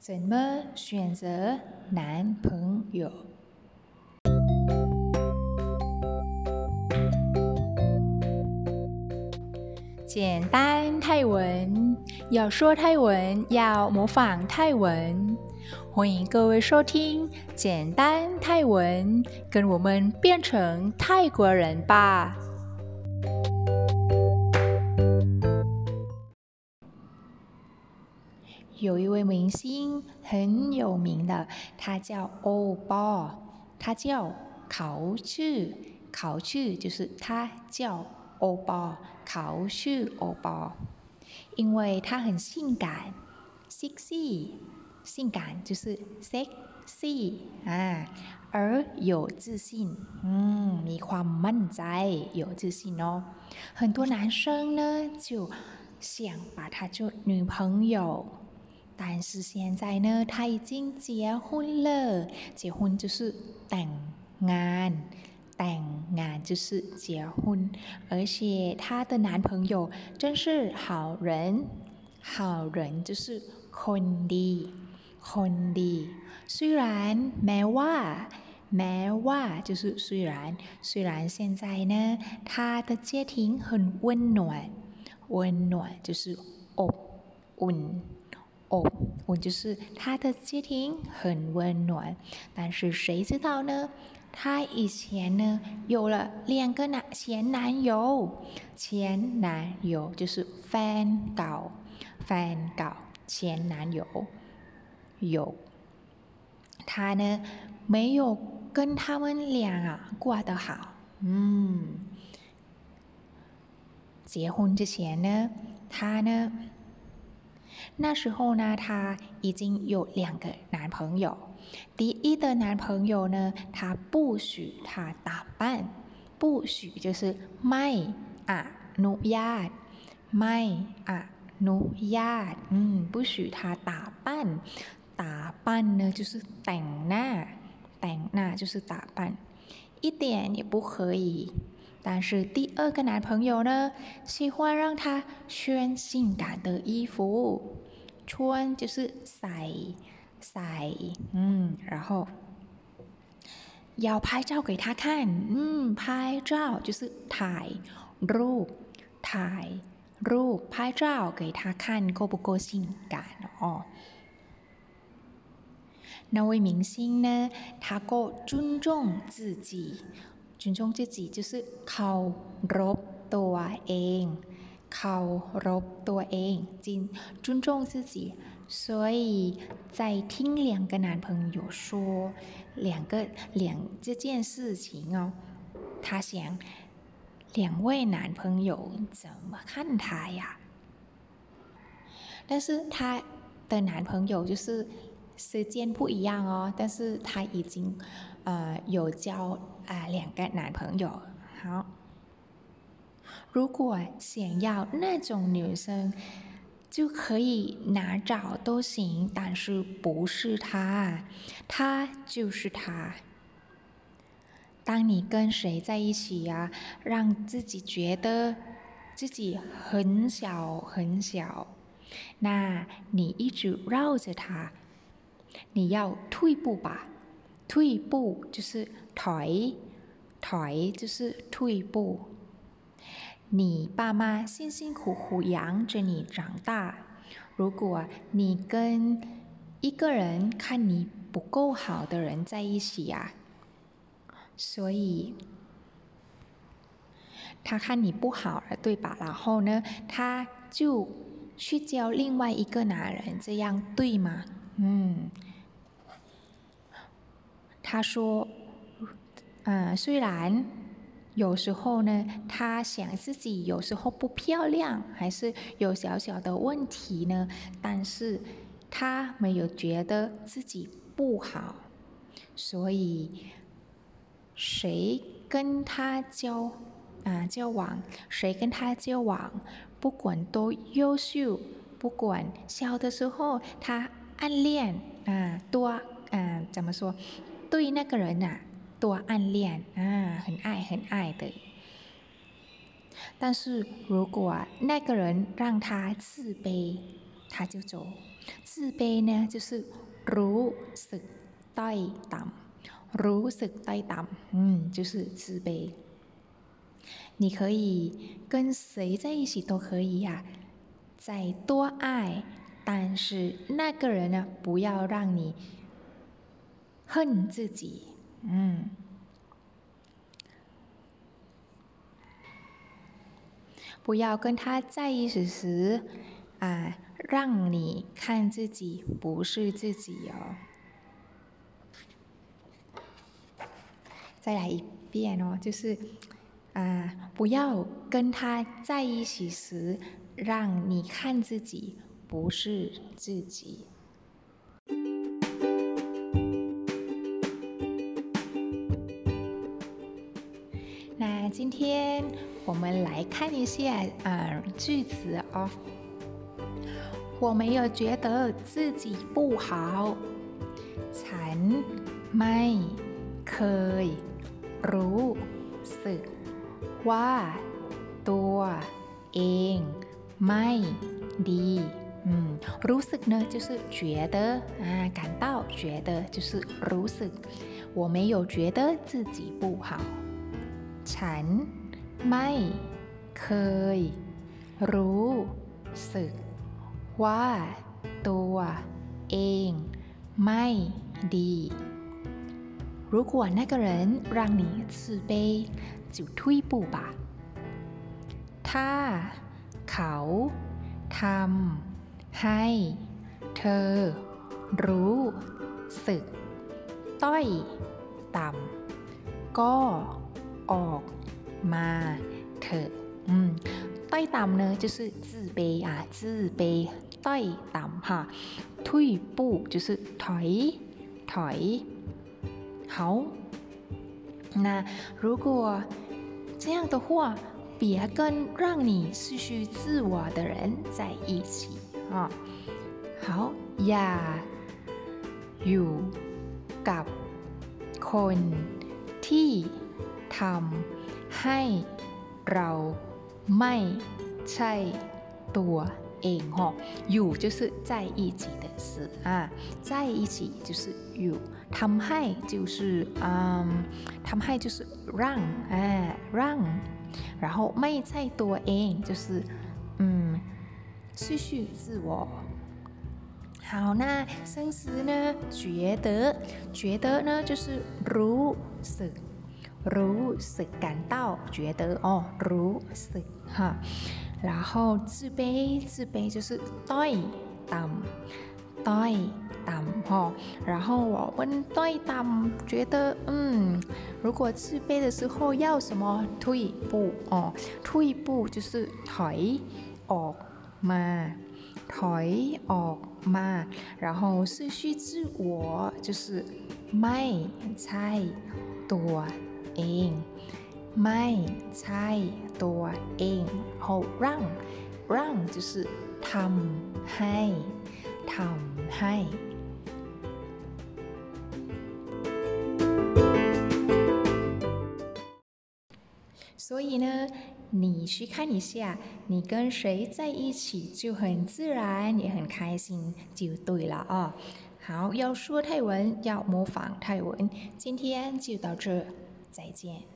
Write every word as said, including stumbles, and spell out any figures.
怎么选择男朋友？简单泰文，要说泰文，要模仿泰文。欢迎各位收听简单泰文，跟我们变成泰国人吧。有一位明星很有名的，他叫欧巴，他叫เขาชื่อเขาชื่อ就是他叫欧巴，เขาชื่อ欧巴，因为他很性感 ，sexy， 性感就是 sexy 啊，而有自信，嗯，มีความมั่นใจ，有自信哦。很多男生呢就想把他做女朋友。但是现在呢，他已经结婚了。结婚就是แต่งงานแต่งงาน就是结婚，而且她的男朋友真是好人。好人就是คนดีคนดี虽然แม้ว่าแม้ว่า就是虽然虽然现在呢，他的家庭很温暖，温暖就是อบอุ่น哦，我就是他的家庭很温暖，但是谁知道呢？他以前呢有了两个男前男友，前男友就是แฟนเก่าแฟนเก่า前男友有，他呢没有跟他们俩啊过得好，嗯，结婚之前呢，他呢。那时候呢，她已经有两个男朋友。第一的男朋友呢，他不许她打扮，不许就是ไม่อนุญาตไม่อนุญาต嗯，不许她打扮。打扮呢，就是แต่งหน้าแต่งหน้า就是打扮，一点也不可以。但是第二个男朋友呢，喜欢让她穿性感的衣服，穿就是ใส่嗯，然后要拍照给她看，嗯，拍照就是ถ่ายรูปถ่ายรูป拍照给她看够不够性感哦。那位明星呢，他ก็尊重自己。尊重自己就是เคารพตัวเองเคารพตัวเอง尊尊重自己，所以在听两个男朋友说两个两这件事情哦，他想两位男朋友怎么看他呀？但是他的男朋友就是时间不一样哦，但是他已经呃有交啊、呃、两个男朋友。好，如果想要那种女生，就可以哪找都行，但是不是她，她就是她。当你跟谁在一起呀、啊，让自己觉得自己很小很小，那你一直绕着他，你要退步吧。退步就是ถอยถอย就是退步。你爸妈辛辛苦苦养着你长大，如果你跟一个人看你不够好的人在一起呀、啊，所以他看你不好了，对吧？然后呢，他就去交另外一个男人，这样对吗？嗯，他说，嗯，虽然有时候呢，他想自己有时候不漂亮，还是有小小的问题呢，但是他没有觉得自己不好，所以谁跟他交啊交往，谁跟他交往，不管多优秀，不管小的时候他暗恋啊多啊怎么说，对那个人啊多暗恋啊很爱很爱的。但是如果那个人让他自卑， 他就走。自卑呢，就是รู้สึกต้อยต่ำรู้สึกต้อยต่ำ嗯，就是自卑。你可以跟谁在一起都可以呀、啊，再多爱，但是那个人呢，不要让你恨自己。嗯，不要跟他在一起时啊，让你看自己不是自己哦。再来一遍哦，就是啊，不要跟他在一起时，让你看自己不是自己。那今天我们来看一下啊句子哦。我没有觉得自己不好，ฉันไม่เคยรู้สึกว่าตัวเองไม่ดี嗯，รู้สึก呢就是觉得啊，感到觉得就是รู้สึก我没有觉得自己不好ฉันไม่เคยรู้สึกว่าตัวเองไม่ดี如果那个人让你自卑就退步吧ถ้าเขาทำให้เธอรู้สึกต้อยต่ำก็ออกมาเถอะอืมต้อยต่ำ呢就是自卑啊自卑ต้อยต่ำ哈退步就是ถอยถอย好那如果这样的话别跟让你失去自我的人在一起啊好อย่าอยู่กับคนที่ทำให้เราไม่ใช่ตัวเอง哈อยู่就是在一起的事啊在一起就是อยู่ทำให้就是嗯ทำให้就是让哎让然后ไม่ใช่ตัวเอง就是嗯失去自我好那生词呢觉得觉得呢就是รู้สึกรู้สึก感到觉得哦รู้สึก哈然后自卑自卑就是ต้อยต่ำต้อยต่ำ哈然后我问ต้อยต่ำ觉得嗯如果自卑的时候要什么退步哦退步就是ถอยออกมาถอยออกมา然后失去自我就是ไม่ใช่ตัวเองไม่ใช่ตัวเอง然后让让就是ทำให้ทำให้所以呢你去看一下你跟谁在一起就很自然也很开心就对了啊好要说泰文要模仿泰文今天就到这再见